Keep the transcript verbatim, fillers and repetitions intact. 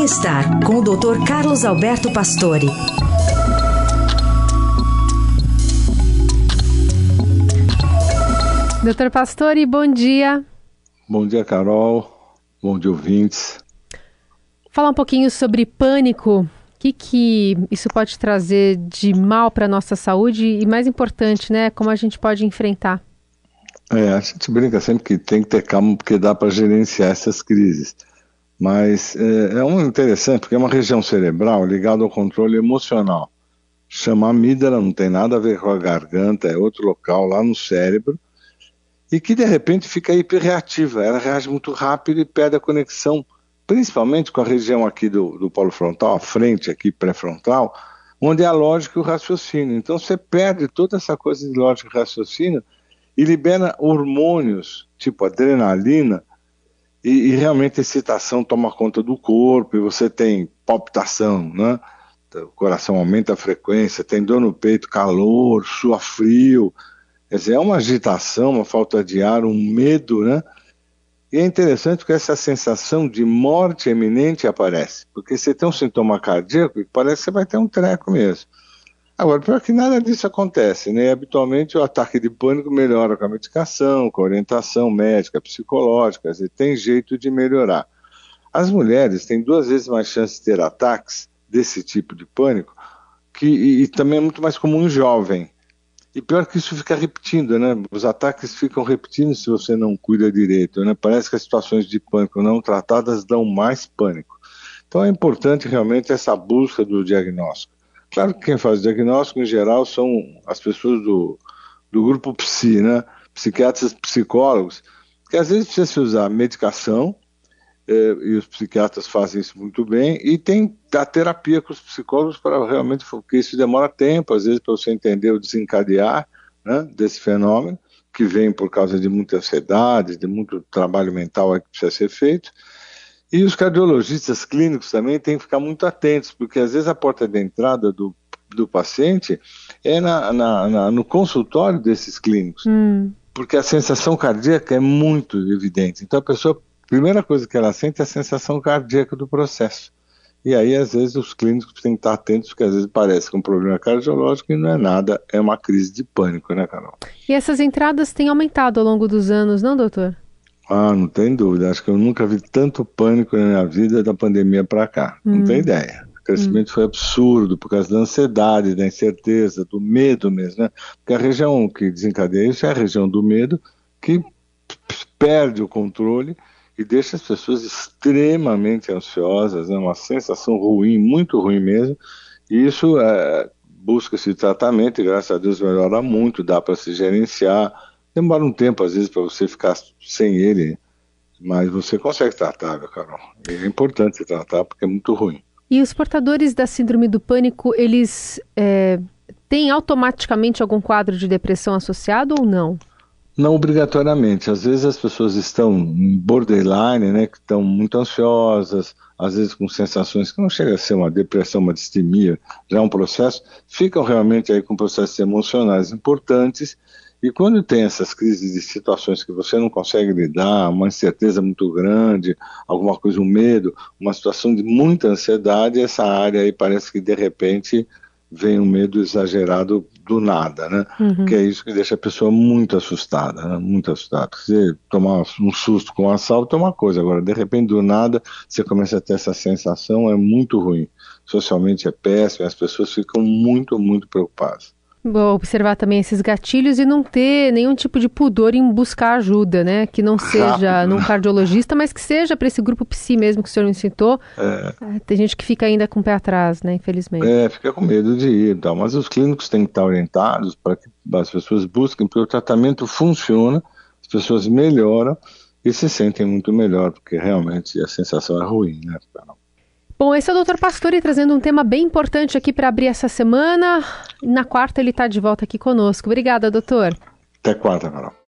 Bem-estar, com o doutor Carlos Alberto Pastore. doutor Pastore, bom dia. Bom dia, Carol. Bom dia, ouvintes. Falar um pouquinho sobre pânico. O que, que isso pode trazer de mal para a nossa saúde e, mais importante, né, como a gente pode enfrentar? É, a gente brinca sempre que tem que ter calma porque dá para gerenciar essas crises. Mas é, é um interessante porque é uma região cerebral ligada ao controle emocional. Chama amígdala, não tem nada a ver com a garganta, é outro local lá no cérebro. E que de repente fica hiperreativa, ela reage muito rápido e perde a conexão, principalmente com a região aqui do, do polo frontal, a frente aqui pré-frontal, onde é a lógica e o raciocínio. Então você perde toda essa coisa de lógica e raciocínio e libera hormônios, tipo adrenalina, e, e realmente a excitação toma conta do corpo, e você tem palpitação, né? O coração aumenta a frequência, tem dor no peito, calor, sua frio. Quer dizer, é uma agitação, uma falta de ar, um medo, né? E é interessante porque essa sensação de morte iminente aparece, porque você tem um sintoma cardíaco e parece que você vai ter um treco mesmo. Agora, pior que nada disso acontece, né? E, habitualmente o ataque de pânico melhora com a medicação, com a orientação médica, psicológica, quer dizer, tem jeito de melhorar. As mulheres têm duas vezes mais chance de ter ataques desse tipo de pânico, que, e, e também é muito mais comum em jovem. E pior que isso fica repetindo, né? Os ataques ficam repetindo se você não cuida direito, né? Parece que as situações de pânico não tratadas dão mais pânico. Então é importante realmente essa busca do diagnóstico. Claro que quem faz o diagnóstico, em geral, são as pessoas do, do grupo psi, né? Psiquiatras, psicólogos, que às vezes precisa se usar medicação, eh, e os psiquiatras fazem isso muito bem, e tem a terapia com os psicólogos para realmente, porque isso demora tempo, às vezes, para você entender o desencadear, né, desse fenômeno, que vem por causa de muita ansiedade, de muito trabalho mental aí que precisa ser feito. E os cardiologistas clínicos também têm que ficar muito atentos, porque às vezes a porta de entrada do, do paciente é na, na, na, no consultório desses clínicos, hum. porque a sensação cardíaca é muito evidente. Então a pessoa, a primeira coisa que ela sente é a sensação cardíaca do processo. E aí às vezes os clínicos têm que estar atentos, porque às vezes parece que é um problema cardiológico e não é nada, é uma crise de pânico, né, Carol? E essas entradas têm aumentado ao longo dos anos, não, doutor? Ah, não tem dúvida. Acho que eu nunca vi tanto pânico na minha vida da pandemia para cá. Hum. Não tem ideia. O crescimento hum. foi absurdo por causa da ansiedade, da incerteza, do medo mesmo, né? Porque a região que desencadeia isso é a região do medo, que perde o controle e deixa as pessoas extremamente ansiosas, né? Uma sensação ruim, muito ruim mesmo. E isso é, busca-se tratamento e, graças a Deus, melhora muito, dá para se gerenciar. Demora um tempo, às vezes, para você ficar sem ele, mas você consegue tratar, meu Carol. É importante se tratar porque é muito ruim. E os portadores da síndrome do pânico, eles é, têm automaticamente algum quadro de depressão associado ou não? Não obrigatoriamente. Às vezes as pessoas estão em borderline, né, que estão muito ansiosas, às vezes com sensações que não chega a ser uma depressão, uma distimia, já é um processo, ficam realmente aí com processos emocionais importantes. E quando tem essas crises de situações que você não consegue lidar, uma incerteza muito grande, alguma coisa, um medo, uma situação de muita ansiedade, essa área aí parece que de repente vem um medo exagerado do nada, né? Uhum. Que é isso que deixa a pessoa muito assustada, né? Muito assustada. Você tomar um susto com um assalto é uma coisa, agora de repente do nada você começa a ter essa sensação, é muito ruim. Socialmente é péssimo, as pessoas ficam muito, muito preocupadas. Bom, observar também esses gatilhos e não ter nenhum tipo de pudor em buscar ajuda, né? Que não seja Rápido. num cardiologista, mas que seja para esse grupo psi mesmo que o senhor me citou. É. É, tem gente que fica ainda com o pé atrás, né? Infelizmente. É, fica com medo de ir, então. Mas os clínicos têm que estar orientados para que as pessoas busquem, porque o tratamento funciona, as pessoas melhoram e se sentem muito melhor, porque realmente a sensação é ruim, né? Bom, esse é o doutor Pastore trazendo um tema bem importante aqui para abrir essa semana. Na quarta ele está de volta aqui conosco. Obrigada, doutor. Até quarta, Carol.